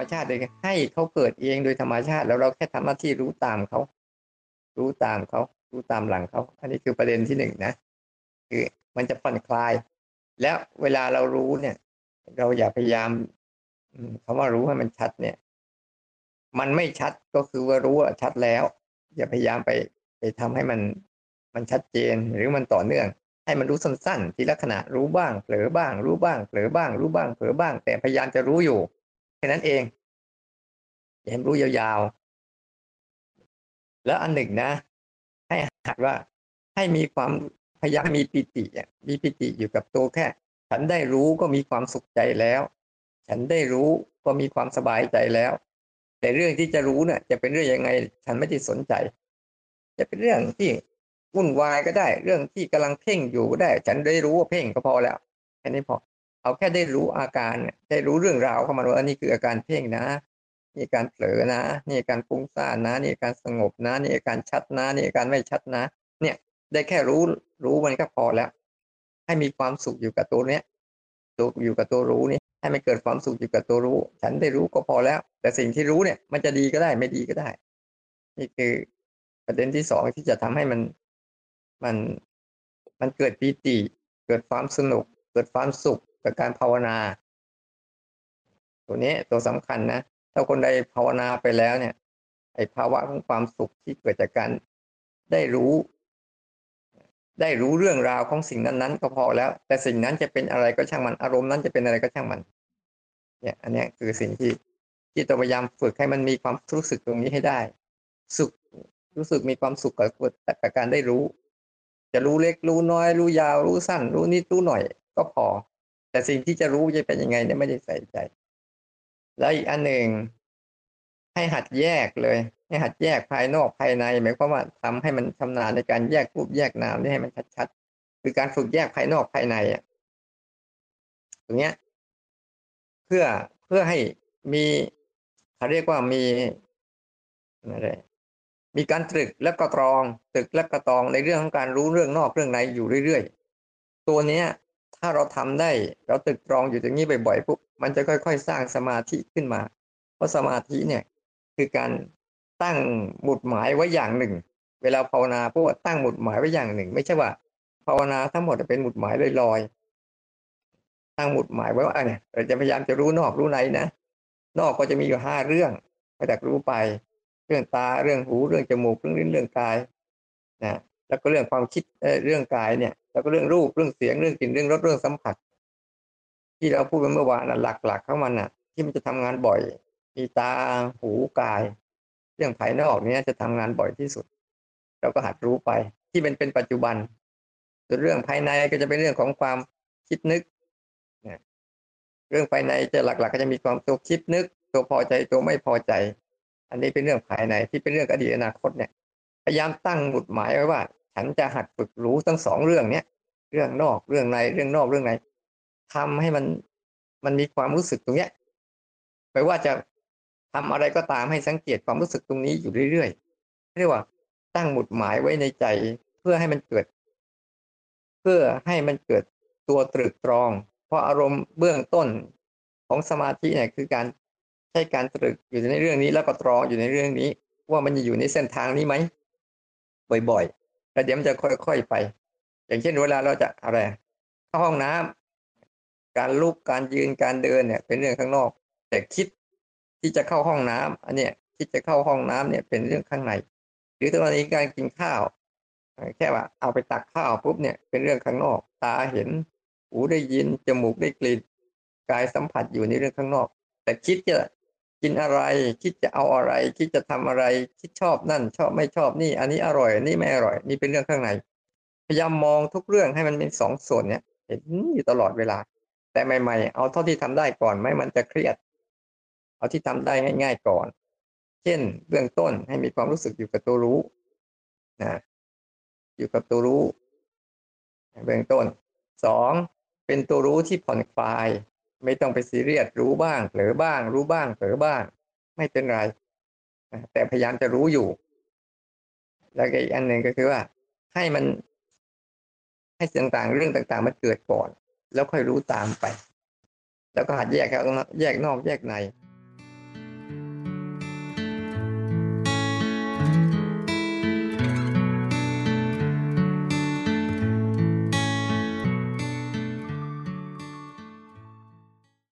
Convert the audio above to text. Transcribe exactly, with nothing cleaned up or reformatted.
รมชาติเลยให้เขาเกิดเองโดยธรรมชาติแล้วเราแค่ทำหน้าที่รู้ตามเขารู้ตามเขารู้ตามหลังเขาอันนี้คือประเด็นที่หนึ่งนะคือมันจะผ่อนคลายแล้วเวลาเรารู้เนี่ยเราอย่าพยายามคำว่ารู้ให้มันชัดเนี่ยมันไม่ชัดก็คือว่ารู้ว่าชัดแล้วอย่าพยายามไปไปทำให้มันมันชัดเจนหรือมันต่อเนื่องให้มันรู้สั้นๆทีละขณะรู้บ้างเผลอบ้างรู้บ้างเผลอบ้างรู้บ้างเผลอบ้างแต่พยายามจะรู้อยู่แค่นั้นเองอย่าให้รู้ยาวๆแล้วอันหนึ่งนะให้หัดว่าให้มีความพยายามมีปิติมีปิติอยู่กับตัวแค่ฉันได้รู้ก็มีความสุขใจแล้วฉันได้รู้ก็มีความสบายใจแล้วแต่เรื่องที่จะรู้เนี่ยจะเป็นเรื่องยังไงฉันไม่ได้สนใจจะเป็นเรื่องที่วุ่นวายก็ได้เรื่องที่กำลังเพ่งอยู่ก็ได้ฉันได้รู้ว่าเพ่งก็พอแล้วแค่นี้พอเอาแค่ได้รู้อาการได้รู้เรื่องราวเข้ามาว่าอันนี้คืออาการเพ่งนะนี่การเผลอนะนี่การฟุ้งซ่านนะนี่การสงบนะนี่การชัดนะนี่การไม่ชัดนะเนี่ยได้แค่รู้รู้มันก็พอแล้วให้มีความสุขอยู่กับตัวเนี้ยตัวอยู่กับตัวรู้นี่ให้มันเกิดความสุขอยู่กับตัวรู้ฉันได้รู้ก็พอแล้วแต่สิ่งที่รู้เนี่ยมันจะดีก็ได้ไม่ดีก็ได้นี่คือประเด็นที่สองที่จะทำให้มันมันมันเกิดปีติเกิดความสนุกเกิดความสุขกับการภาวนาตัวนี้ตัวสำคัญนะถ้าคนใดภาวนาไปแล้วเนี่ยไอ้ภาวะของความสุขที่เกิดจากการได้รู้ได้รู้เรื่องราวของสิ่งนั้นๆก็พอแล้วแต่สิ่งนั้นจะเป็นอะไรก็ช่างมันอารมณ์นั้นจะเป็นอะไรก็ช่างมันเนี่ยอันนี้คือสิ่งที่ที่ต้องพยายามฝึกให้มันมีความรู้สึกตรงนี้ให้ได้สุขรู้สึกมีความสุขกับกับการได้รู้จะรู้เล็กรู้น้อยรู้ยาวรู้สั้นรู้นิดรู้หน่อยก็พอแต่สิ่งที่จะรู้จะเป็นยังไงเนี่ยไม่ได้ใส่ใจแล้วอีกอันหนึ่งให้หัดแยกเลยให้หัดแยกภายนอกภายในหมายความว่าทำให้มันชำนาญในการแยกรูปแยกนามนี่ให้มันชัดๆคือการฝึกแยกภายนอกภายในอ่ะตรงเนี้ยเพื่อเพื่อให้มีเขาเรียกว่ามีอะไรมีการตรึกและก็ตรองตรึกและก็ตรองในเรื่องของการรู้เรื่องนอกเรื่องในอยู่เรื่อยๆตัวเนี้ยถ้าเราทำได้เราตรึกตรองอยู่ตรงนี้บ่อยๆปุ๊บมันจะค่อยๆสร้างสมาธิขึ้นมาเพราะสมาธิเนี่ยคือการตั้งหมุดหมายไว้อย่างหนึ่งเวลาภาวนาพวกตั้งหมุดหมายไว้อย่างหนึ่งไม่ใช่ว่าภาวนาทั้งหมดเป็นหมุดหมายลอยๆตั้งหมุดหมายไว้ว่าเนี่ยเราจะพยายามจะรู้นอกรู้ในนะนอกก็จะมีอยู่ห้าเรื่องก็จะรู้ไปเรื่องตาเรื่องหูเรื่องจมูกเรื่องลิ้นเรื่องกายนะแล้วก็เรื่องความคิดเรื่องกายเนี่ยแล้วก็เรื่องรูปเรื่องเสียงเรื่องกลิ่นเรื่องรสเรื่องสัมผัสที่เราพูดไปเมื่อวานน่ะหลักๆของมันน่ะที่มันจะทำงานบ่อยมีตาหูกายเรื่องภายนอกเนี้ยจะทำงานบ่อยที่สุดเราก็หัดรู้ไปที่เป็นเป็นปัจจุบันส่วนเรื่องภายในก็จะเป็นเรื่องของความคิดนึกนะเรื่องภายในจะหลักๆก็จะมีความตัวคิดนึกตัวพอใจตัวไม่พอใจอันนี้เป็นเรื่องภายในที่เป็นเรื่องอดีตอนาคตเนี่ยพยายามตั้งหมุดหมายไว้ว่าฉันจะหัดฝึกรู้ทั้งสองเรื่องเนี้ยเรื่องนอกเรื่องในเรื่องนอกเรื่องในทำให้มันมันมีความรู้สึกตรงเนี้ยไม่ว่าจะทำอะไรก็ตามให้สังเกตความรู้สึกตรงนี้อยู่เรื่อยๆเรียกว่าตั้งหมุดหมายไว้ในใจเพื่อให้มันเกิดเพื่อให้มันเกิดตัวตรึกตรองเพราะอารมณ์เบื้องต้นของสมาธิเนี่ยคือการใช้การตรึกอยู่ในเรื่องนี้แล้วก็ตรองอยู่ในเรื่องนี้ว่ามันจะอยู่ในเส้นทางนี้ไหมบ่อยๆแล้วเดี๋ยวมันจะค่อยๆไปอย่างเช่นเวลาเราจะอะไรเข้าห้องน้ำการลุกการยืนการเดินเนี่ยเป็นเรื่องข้างนอกแต่คิดที่จะเข้าห้องน้ำอันเนี้ยคิดจะเข้าห้องน้ำเนี่ยเป็นเรื่องข้างในหรือตอนนี้การกินข้าวแค่ว่าเอาไปตักข้าวปุ๊บเนี่ยเป็นเรื่องข้างนอกตาเห็นหูได้ยินจมูกได้กลิ่นกายสัมผัสอยู่ในเรื่องข้างนอกแต่คิดจะกินอะไรคิดจะเอาอะไรคิดจะทำอะไรคิดชอบนั่นชอบไม่ชอบนี่อันนี้อร่อยอันนี้ไม่อร่อยนี่เป็นเรื่องข้างในพยายามมองทุกเรื่องให้มันเป็นสองส่วนเนี่ยเห็นอยู่ตลอดเวลาแต่ใหม่ๆเอาเท่าที่ทำได้ก่อนไม่มันจะเครียดเอาที่ทำได้ง่ายๆก่อนเช่นเบื้องต้นให้มีความรู้สึกอยู่กับตัวรู้นะอยู่กับตัวรู้เบื้องต้นสองเป็นตัวรู้ที่ผ่อนคลายไม่ต้องไปซีเรียสรู้บ้างเผลอบ้างรู้บ้างเผลอบ้างไม่เป็นไรแต่พยายามจะรู้อยู่แล้วก็อีกอันหนึ่งก็คือว่าให้มันให้สิ่งต่างๆเรื่องต่างๆมันเกิดก่อนแล้วค่อยรู้ตามไปแล้วก็หัดแยกครับแยกนอกแยกใน